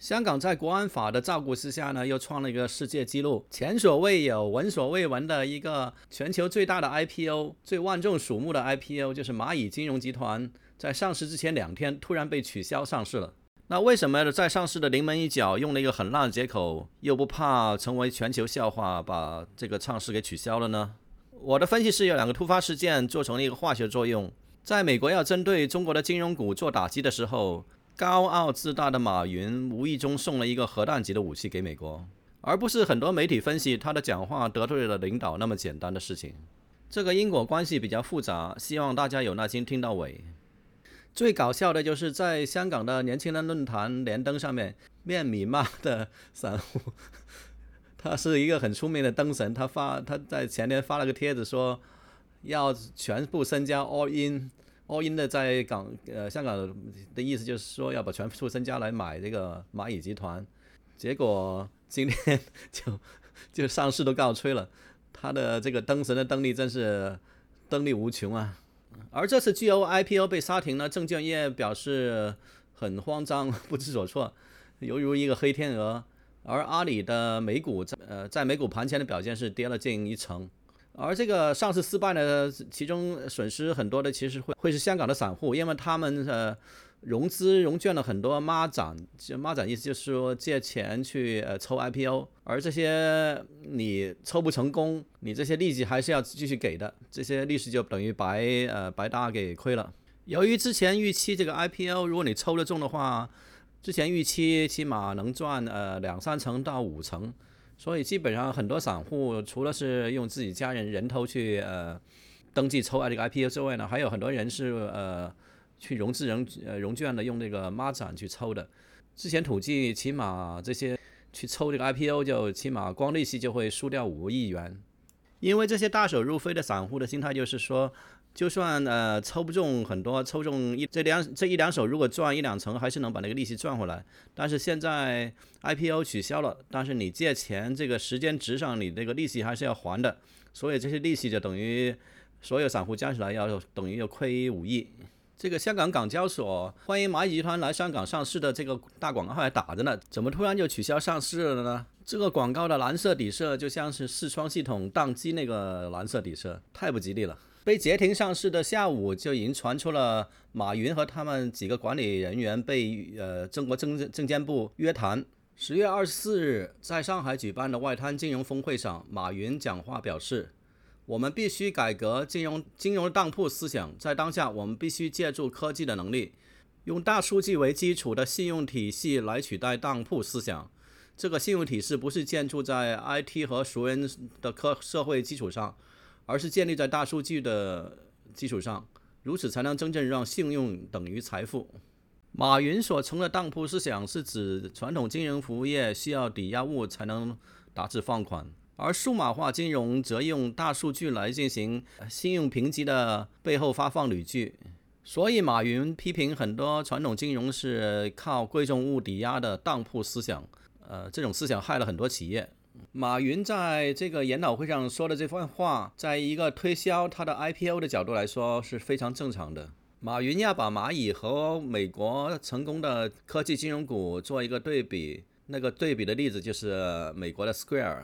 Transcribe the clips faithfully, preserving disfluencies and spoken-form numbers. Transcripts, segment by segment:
香港在国安法的照顾之下呢，又创了一个世界纪录，前所未有、闻所未闻的一个全球最大的 I P O， 最万众瞩目的 I P O 就是蚂蚁金融集团，在上市之前两天突然被取消上市了。那为什么在上市的临门一脚用了一个很烂的借口，又不怕成为全球笑话，把这个上市给取消了呢？我的分析是有两个突发事件做成了一个化学作用。在美国要针对中国的金融股做打击的时候，高傲自大的马云无意中送了一个核弹级的武器给美国，而不是很多媒体分析他的讲话得罪了领导那么简单的事情。这个因果关系比较复杂，希望大家有耐心听到尾。最搞笑的就是在香港的年轻人论坛连登上面，面米骂的散户，他是一个很出名的灯神，他发他在前天发了个帖子说要全部身家 all in all in 的在港呃香港的意思就是说要把全部身家来买这个蚂蚁集团，结果今天就就上市都告吹了，他的这个灯神的灯力真是灯力无穷啊！而这次 G O I P O 被杀停呢，证券业表示很慌张，不知所措，犹如一个黑天鹅。而阿里的美股在呃在美股盘前的表现是跌了近一成。而这个上市失败呢，其中损失很多的其实会会是香港的散户，因为他们呃融资融券了很多孖展，孖展意思就是说借钱去呃抽 I P O， 而这些你抽不成功，你这些利息还是要继续给的，这些利息就等于白呃白搭给亏了。由于之前预期这个 I P O 如果你抽得中的话，之前预期起码能赚呃两三成到五成。所以基本上很多散户除了是用自己家人人头去呃登记抽这个 I P O 之外呢，还有很多人是呃去融资融呃融券的，用这个孖展去抽的。之前统计起码这些去抽这个 I P O 就起码光利息就会输掉五亿元，因为这些大手入飞的散户的心态就是说，就算呃抽不中很多，抽中一这两这一两手，如果赚一两成，还是能把那个利息赚回来。但是现在 I P O 取消了，但是你借钱这个时间值上，你这个利息还是要还的，所以这些利息就等于所有散户加起来要等于要亏五亿。这个香港港交所欢迎蚂蚁集团来香港上市的这个大广告还打着呢，怎么突然就取消上市了呢？这个广告的蓝色底色就像是视窗系统宕机那个蓝色底色，太不吉利了。被截停上市的下午就已经传出了马云和他们几个管理人员被呃中国证证监部约谈。十月二十四日在上海举办的外滩金融峰会上，马云讲话表示，我们必须改革金融金融当铺思想，在当下我们必须借助科技的能力，用大数据为基础的信用体系来取代当铺思想。这个信用体系不是建筑在 I T 和熟人的科社会基础上，而是建立在大数据的基础上，如此才能真正让信用等于财富。马云所称的当铺思想是指传统金融服务业需要抵押物才能达至放款，而数码化金融则用大数据来进行信用评级的背后发放履据。所以马云批评很多传统金融是靠贵重物抵押的当铺思想，呃，这种思想害了很多企业。马云在这个研讨会上说的这番话，在一个推销他的 I P O 的角度来说是非常正常的。马云要把蚂蚁和美国成功的科技金融股做一个对比，那个对比的例子就是美国的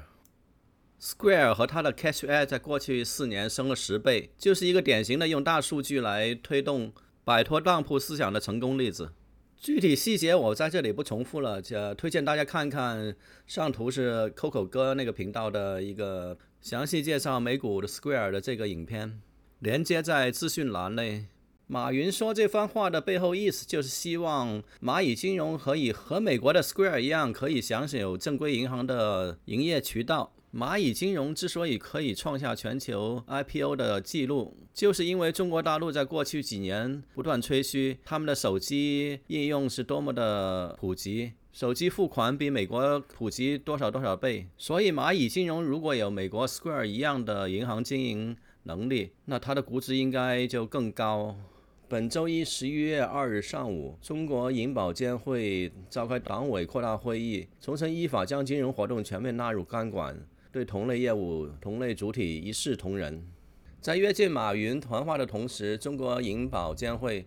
Square。Square 和它的 Cash App 在过去四年升了十倍，就是一个典型的用大数据来推动摆脱当铺思想的成功例子。具体细节我在这里不重复了，推荐大家看看上图是 Coco 哥那个频道的一个详细介绍美股的 Square 的这个影片，连接在资讯栏内。马云说这番话的背后意思就是希望蚂蚁金融可以和美国的 Square 一样，可以享有正规银行的营业渠道。蚂蚁金融之所以可以创下全球 I P O 的记录，就是因为中国大陆在过去几年不断吹嘘他们的手机应用是多么的普及，手机付款比美国普及多少多少倍。所以蚂蚁金融如果有美国 Square 一样的银行经营能力，那它的估值应该就更高。本周一十一月二日上午，中国银保监会召开党委扩大会议，重申依法将金融活动全面纳入监管，对同类业务、同类主体一视同仁。在约见马云谈话的同时，中国银保监会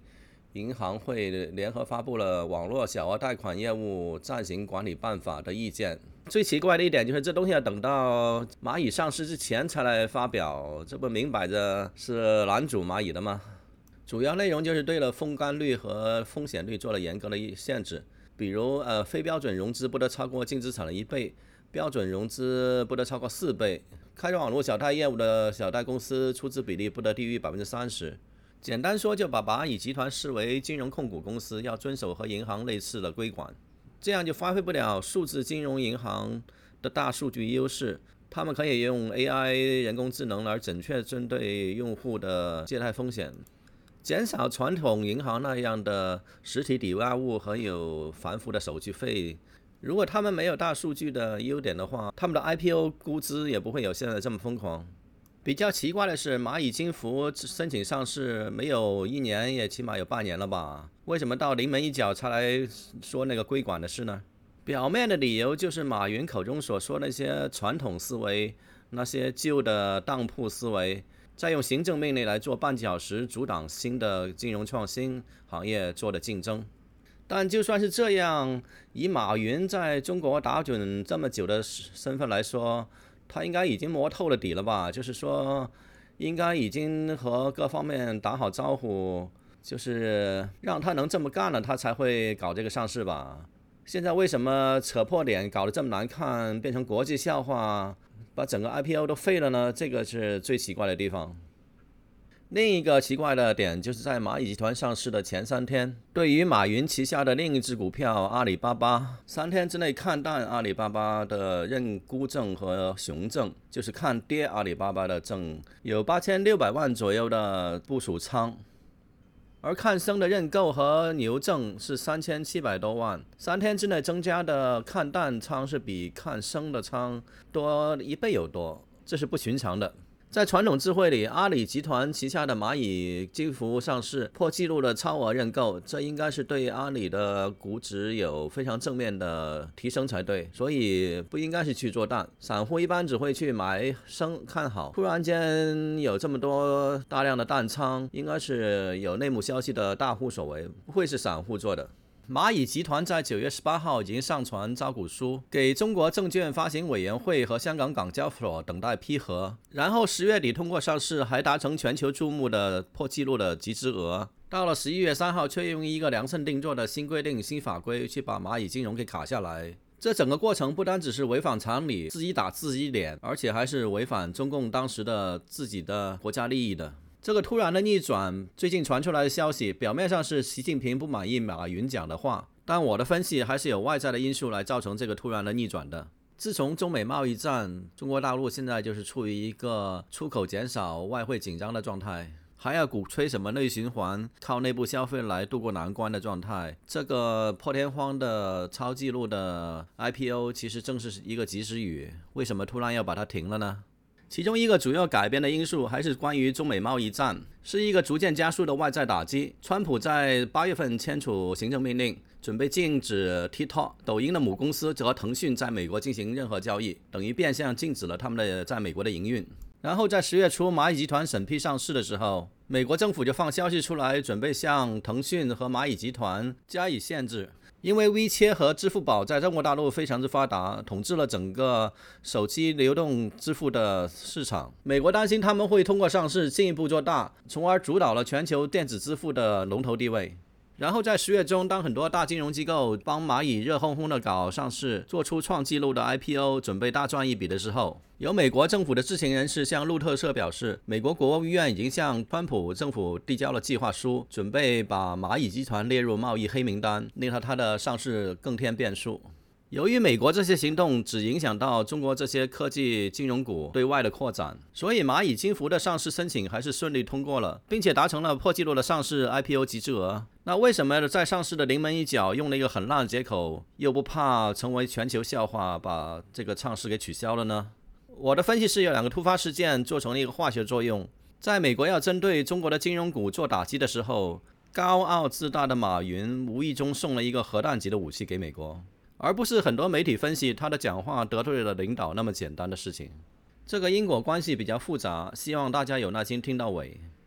银行会联合发布了网络小额贷款业务暂行管理办法的意见。最奇怪的一点就是这东西要等到蚂蚁上市之前才来发表，这不明摆着是拦阻蚂蚁的吗？主要内容就是对了风干率和风险率做了严格的限制，比如呃非标准融资不得超过净资产的一倍，标准融资不得超过四倍，开网络小贷业务的小贷公司出资比例不得低于百分之三十。简单说，就把蚂蚁集团视为金融控股公司，要遵守和银行类似的规管，这样就发挥不了数字金融银行的大数据优势。他们可以用 A I 人工智能来准确针对用户的借贷风险，减少传统银行那样的实体抵押物和有繁复的手续费。如果他们没有大数据的优点的话，他们的 I P O 估值也不会有现在这么疯狂。比较奇怪的是，蚂蚁金服申请上市没有一年，也起码有半年了吧？为什么到临门一脚才来说那个规管的事呢？表面的理由就是马云口中所说那些传统思维，那些旧的当铺思维，再用行政命令来做绊脚石，阻挡新的金融创新行业做的竞争。但就算是这样，以马云在中国打滚这么久的身份来说，他应该已经摸透了底了吧？就是说，应该已经和各方面打好招呼，就是让他能这么干了，他才会搞这个上市吧？现在为什么扯破脸搞得这么难看，变成国际笑话，把整个 I P O 都废了呢？这个是最奇怪的地方。另一个奇怪的点就是在蚂蚁集团上市的前三天，对于马云旗下的另一只股票阿里巴巴，三天之内看淡阿里巴巴的认沽证和熊证，就是看跌阿里巴巴的证，有八千六百万左右的部署仓，而看升的认购和牛证是三千七百多万，三天之内增加的看淡仓是比看升的仓多一倍有多，这是不寻常的。在传统智慧里，阿里集团旗下的蚂蚁金服上市破纪录的超额认购，这应该是对阿里的估值有非常正面的提升才对，所以不应该是去做淡。散户一般只会去买升看好，突然间有这么多大量的淡仓，应该是有内幕消息的大户所为，不会是散户做的。蚂蚁集团在九月十八号已经上传招股书给中国证券发行委员会和香港港交所等待批核，然后十月底通过上市，还达成全球注目的破纪录的集资额。到了十一月三号，却用一个量身定做的新规定、新法规去把蚂蚁金融给卡下来。这整个过程不单只是违反常理，自己打自己脸，而且还是违反中共当时的自己的国家利益的。这个突然的逆转，最近传出来的消息，表面上是习近平不满意马云讲的话，但我的分析还是有外在的因素来造成这个突然的逆转的。自从中美贸易战，中国大陆现在就是处于一个出口减少、外汇紧张的状态，还要鼓吹什么内循环，靠内部消费来渡过难关的状态。这个破天荒的超纪录的 I P O 其实正是一个及时雨，为什么突然要把它停了呢？其中一个主要改变的因素还是关于中美贸易战，是一个逐渐加速的外在打击。川普在八月份签署行政命令，准备禁止 TikTok 抖音的母公司和腾讯在美国进行任何交易，等于变相禁止了他们的在美国的营运。然后在十月初蚂蚁集团审批上市的时候，美国政府就放消息出来，准备向腾讯和蚂蚁集团加以限制。因为 WeChat 和支付宝在中国大陆非常之发达，统治了整个手机流动支付的市场。美国担心他们会通过上市进一步做大，从而主导了全球电子支付的龙头地位。然后在十月中，当很多大金融机构帮蚂蚁热烘烘的搞上市，做出创纪录的 I P O， 准备大赚一笔的时候，有美国政府的知情人士向路透社表示，美国国务院已经向川普政府递交了计划书，准备把蚂蚁集团列入贸易黑名单，令它的上市更添变数。由于美国这些行动只影响到中国这些科技金融股对外的扩展，所以蚂蚁金服的上市申请还是顺利通过了，并且达成了破纪录的上市 I P O 集资额。那为什么在上市的临门一脚用了一个很烂的借口，又不怕成为全球笑话，把这个上市给取消了呢？我的分析是有两个突发事件做成了一个化学作用。在美国要针对中国的金融股做打击的时候，高傲自大的马云无意中送了一个核弹级的武器给美国，而不是很多媒体分析他的讲话得罪了领导那么简单的事情。这个因果关系比较复杂，希望大家有耐心听到尾。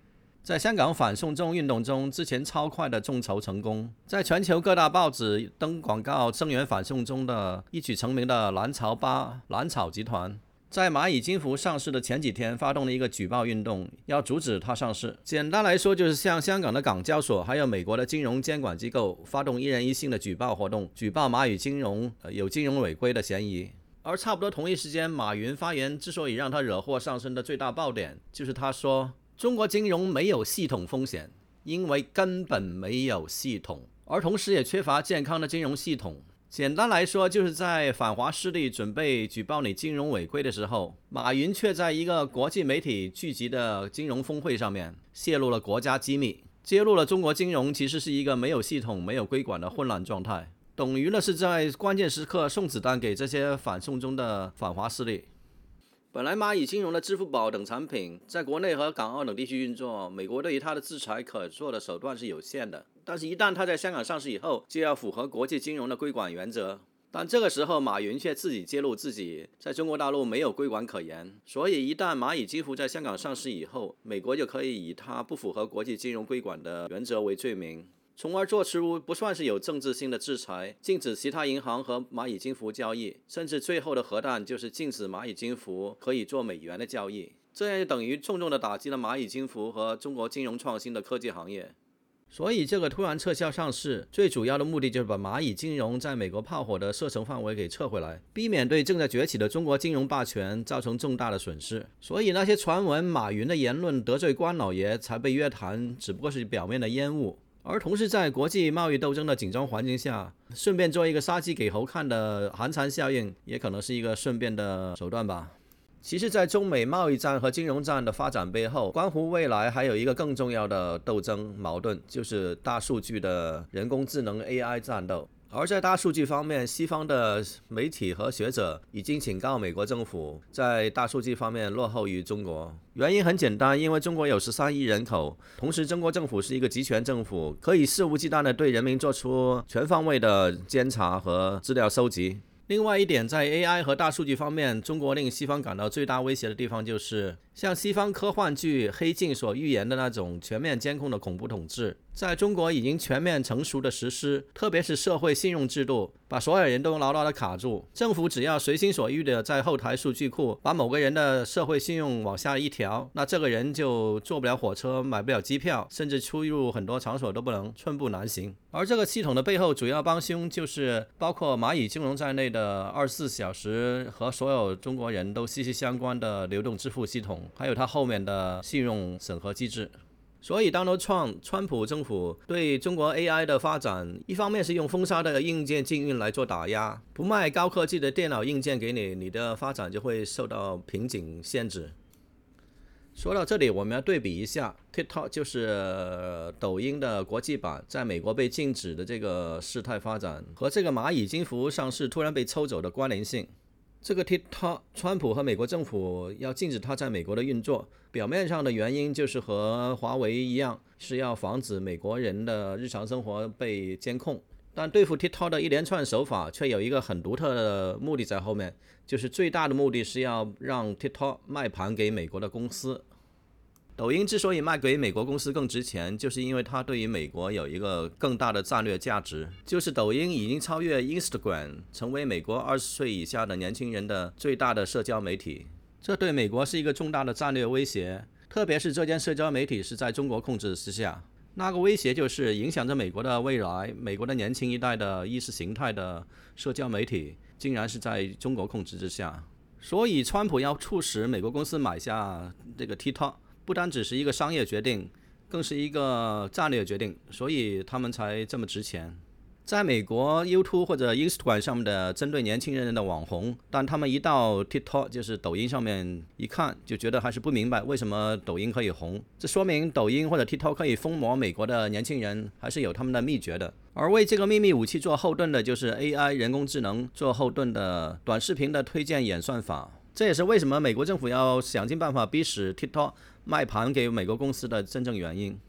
在香港反送中运动中，之前超快的众筹成功，在全球各大报纸登广告声援反送中的一举成名的蓝潮吧蓝草集团，在蚂蚁金服上市的前几天发动了一个举报运动，要阻止它上市。简单来说，就是向香港的港交所还有美国的金融监管机构发动一人一信的举报活动，举报蚂蚁金融、呃、有金融违规的嫌疑。而差不多同一时间，马云发言之所以让他惹祸上身的最大爆点，就是他说中国金融没有系统风险，因为根本没有系统，而同时也缺乏健康的金融系统。简单来说，就是在反华势力准备举报你金融违规的时候，马云却在一个国际媒体聚集的金融峰会上面泄露了国家机密，揭露了中国金融其实是一个没有系统、没有规管的混乱状态，等于呢是在关键时刻送子弹给这些反送中的反华势力。本来蚂蚁金融的支付宝等产品在国内和港澳等地区运作，美国对于它的制裁可做的手段是有限的，但是一旦它在香港上市以后，就要符合国际金融的规管原则。但这个时候马云却自己揭露自己在中国大陆没有规管可言，所以一旦蚂蚁金服在香港上市以后，美国就可以以它不符合国际金融规管的原则为罪名，从而做出不算是有政治性的制裁，禁止其他银行和蚂蚁金服交易，甚至最后的核弹就是禁止蚂蚁金服可以做美元的交易，这样就等于重重的打击了蚂蚁金服和中国金融创新的科技行业。所以这个突然撤销上市，最主要的目的就是把蚂蚁金融在美国炮火的射程范围给撤回来，避免对正在崛起的中国金融霸权造成重大的损失。所以那些传闻马云的言论得罪关老爷才被约谈，只不过是表面的烟雾。而同时在国际贸易斗争的紧张环境下，顺便做一个杀鸡给猴看的寒蝉效应，也可能是一个顺便的手段吧。其实在中美贸易战和金融战的发展背后，关乎未来还有一个更重要的斗争矛盾，就是大数据的人工智能 A I 战斗。而在大数据方面，西方的媒体和学者已经警告美国政府在大数据方面落后于中国。原因很简单，因为中国有十三亿人口，同时中国政府是一个集权政府，可以肆无忌惮地对人民做出全方位的监察和资料收集。另外一点，在 A I 和大数据方面，中国令西方感到最大威胁的地方就是像西方科幻剧《黑镜》所预言的那种全面监控的恐怖统治，在中国已经全面成熟的实施，特别是社会信用制度，把所有人都牢牢的卡住。政府只要随心所欲的在后台数据库把某个人的社会信用往下一调，那这个人就坐不了火车，买不了机票，甚至出入很多场所都不能，寸步难行。而这个系统的背后主要帮凶就是包括蚂蚁金融在内的二十四小时和所有中国人都息息相关的流动支付系统，还有它后面的信用审核机制。所以 Donald Trump 川普政府对中国 A I 的发展，一方面是用封杀的硬件禁运来做打压，不卖高科技的电脑硬件给你，你的发展就会受到瓶颈限制。说到这里，我们要对比一下 TikTok 就是抖音的国际版在美国被禁止的这个事态发展，和这个蚂蚁金服上市突然被抽走的关联性。这个 TikTok 川普和美国政府要禁止它在美国的运作，表面上的原因就是和华为一样，是要防止美国人的日常生活被监控。但对付 TikTok 的一连串手法却有一个很独特的目的在后面，就是最大的目的是要让 TikTok 卖盘给美国的公司。抖音之所以卖给美国公司更值钱，就是因为它对于美国有一个更大的战略价值，就是抖音已经超越 Instagram， 成为美国二十岁以下的年轻人的最大的社交媒体。这对美国是一个重大的战略威胁，特别是这间社交媒体是在中国控制之下。那个威胁就是影响着美国的未来，美国的年轻一代的意识形态的社交媒体竟然是在中国控制之下。所以川普要促使美国公司买下这个 TikTok， 不单只是一个商业决定，更是一个战略决定，所以他们才这么值钱。在美国 YouTube 或者 Instagram 上面的针对年轻人的网红，但他们一到 TikTok 就是抖音上面一看，就觉得还是不明白为什么抖音可以红。这说明抖音或者 TikTok 可以疯魔美国的年轻人，还是有他们的秘诀的。而为这个秘密武器做后盾的就是 A I 人工智能做后盾的短视频的推荐演算法。这也是为什么美国政府要想尽办法逼使 TikTok 卖盘给美国公司的真正原因。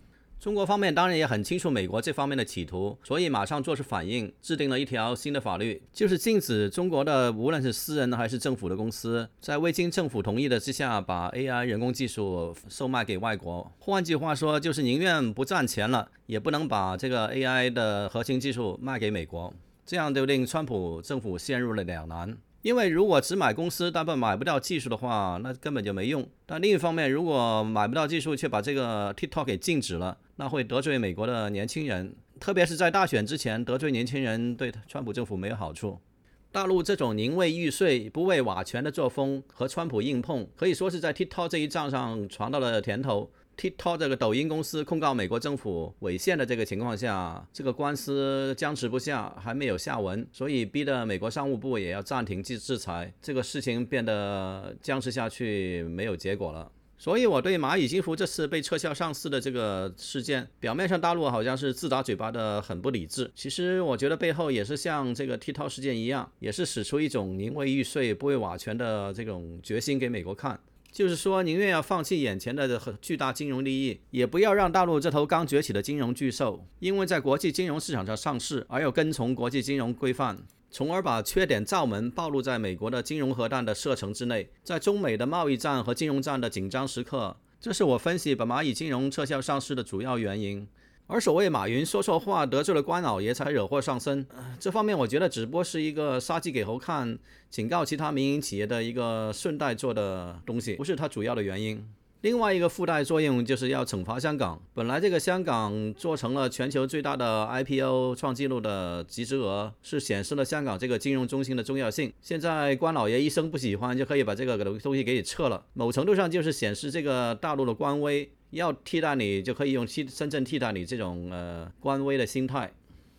中国方面当然也很清楚美国这方面的企图，所以马上做出反应，制定了一条新的法律，就是禁止中国的无论是私人还是政府的公司，在未经政府同意的之下，把 A I 人工技术售卖给外国。换句话说，就是宁愿不赚钱了，也不能把这个 A I 的核心技术卖给美国，这样就令川普政府陷入了两难。因为如果只买公司但不买不到技术的话，那根本就没用。但另一方面，如果买不到技术却把这个 TikTok 给禁止了，那会得罪美国的年轻人，特别是在大选之前得罪年轻人，对川普政府没有好处。大陆这种宁为玉碎不为瓦全的作风和川普硬碰，可以说是在 TikTok 这一仗上尝到了甜头。TikTok 这个抖音公司控告美国政府违宪的这个情况下，这个官司僵持不下，还没有下文，所以逼得美国商务部也要暂停制裁，这个事情变得僵持下去，没有结果了。所以我对蚂蚁金服这次被撤销上市的这个事件，表面上大陆好像是自打嘴巴的很不理智，其实我觉得背后也是像这个 TikTok 事件一样，也是使出一种宁为玉碎不为瓦全的这种决心给美国看。就是说宁愿要放弃眼前的巨大金融利益，也不要让大陆这头刚崛起的金融巨兽因为在国际金融市场上上市而又跟从国际金融规范，从而把缺点罩门暴露在美国的金融核弹的射程之内。在中美的贸易战和金融战的紧张时刻，这是我分析把蚂蚁金融撤销上市的主要原因。而所谓马云说错话得罪了关老爷才惹祸上身，呃、这方面我觉得只不过是一个杀鸡给猴看，警告其他民营企业的一个顺带做的东西，不是它主要的原因。另外一个附带作用就是要惩罚香港，本来这个香港做成了全球最大的 I P O 创纪录的集资额，是显示了香港这个金融中心的重要性。现在关老爷一声不喜欢就可以把这个东西给你撤了，某程度上就是显示这个大陆的官威，要替代你就可以用深圳替代你这种呃官威的心态。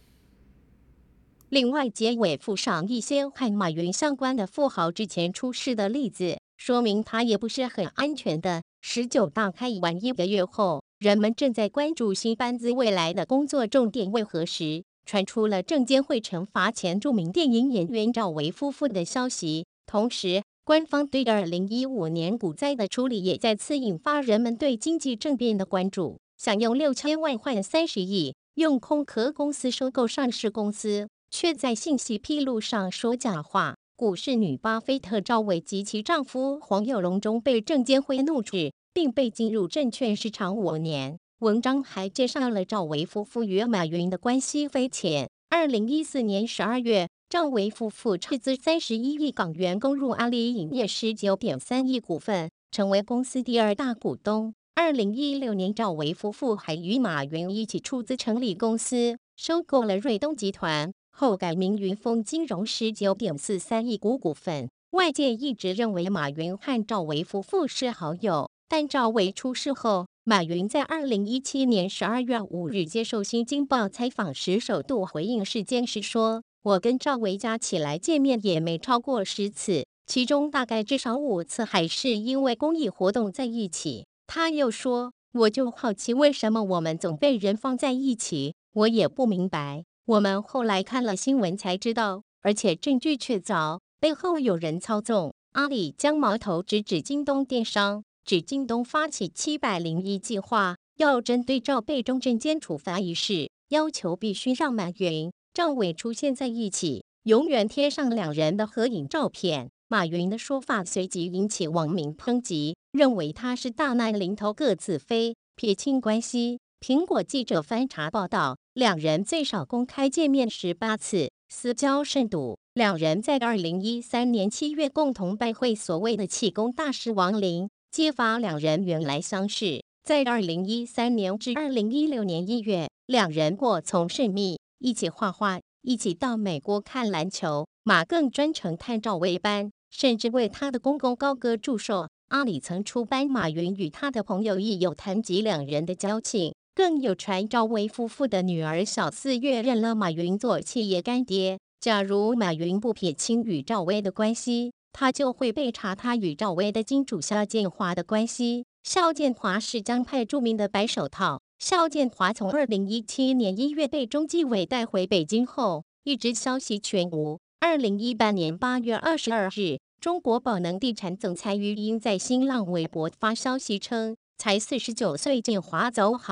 另外，结尾附上一些和马云相关的富豪之前出事的例子，说明他也不是很安全的。十九大开完一个月后，人们正在关注新班子未来的工作重点为何时，传出了证监会惩罚前著名电影演员赵薇夫妇的消息。同时，官方对二零一五年股灾的处理也再次引发人们对经济政变的关注，想用六千万换三十亿，用空壳公司收购上市公司，却在信息披露上说假话。股市女巴菲特赵薇及其丈夫黄有龙中被证监会怒斥，并被禁入证券市场五年。文章还介绍了赵薇夫妇与马云的关系匪浅。二零一四年十二月，赵薇夫妇斥资三十一亿港元购入阿里影业十九点三亿股份，成为公司第二大股东。二零一六年，赵薇夫妇还与马云一起出资成立公司，收购了瑞东集团，后改名云丰金融十九点四三亿股股份。外界一直认为马云和赵薇夫妇是好友，但赵薇出事后，马云在二零一七年十二月五日接受《新京报》采访时，首度回应事件时说：“我跟赵薇加起来见面也没超过十次，其中大概至少五次还是因为公益活动在一起。”他又说：“我就好奇为什么我们总被人放在一起，我也不明白。我们后来看了新闻才知道，而且证据确凿，背后有人操纵。阿里将矛头直指京东电商，指京东发起七百零一计划，要针对赵被中证监处罚一事，要求必须让马云、赵薇出现在一起，永远贴上两人的合影照片。”马云的说法随即引起网民抨击，认为他是大难临头各自飞，撇清关系。苹果记者翻查报道，两人最少公开见面十八次，私交甚笃。两人在二零一三年七月共同拜会所谓的气功大师王林，揭发两人原来相识。在二零一三年至二零一六年一月，两人过从甚密，一起画画，一起到美国看篮球。马更专程探赵薇班，甚至为他的公公高歌祝寿。阿里曾出版马云与他的朋友亦有谈及两人的交情，更有传赵薇夫妇的女儿小四月认了马云做企业干爹。假如马云不撇清与赵薇的关系，他就会被查他与赵薇的金主肖建华的关系。肖建华是江派著名的白手套。肖建华从二零一七年一月被中纪委带回北京后，一直消息全无。二零一八年八月二十二日，中国宝能地产总裁于英在新浪微博发消息称，才四十九岁建华走好，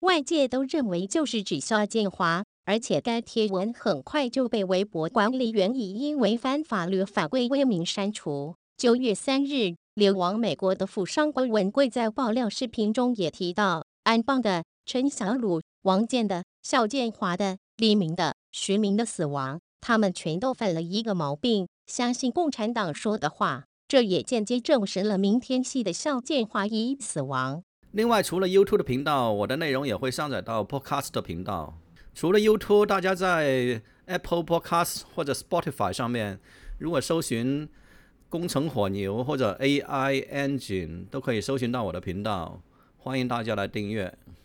外界都认为就是指肖建华，而且该贴文很快就被微博管理员以因违反法律法规为名删除。九月三日，流亡美国的富商郭文贵在爆料视频中也提到，安邦的陈小鲁、王健的、肖建华的、李明的、徐明的死亡，他们全都犯了一个毛病，相信共产党说的话。这也间接证实了明天系的肖建华已死亡。 另外，除了 YouTube 的频道，我的内容也会上载到 Podcast 的频道。除了 YouTube， 大家在 Apple Podcast 或者 Spotify 上面，如果搜寻工程火牛或者 A I Engine， 都可以搜寻到我的频道，欢迎大家来订阅。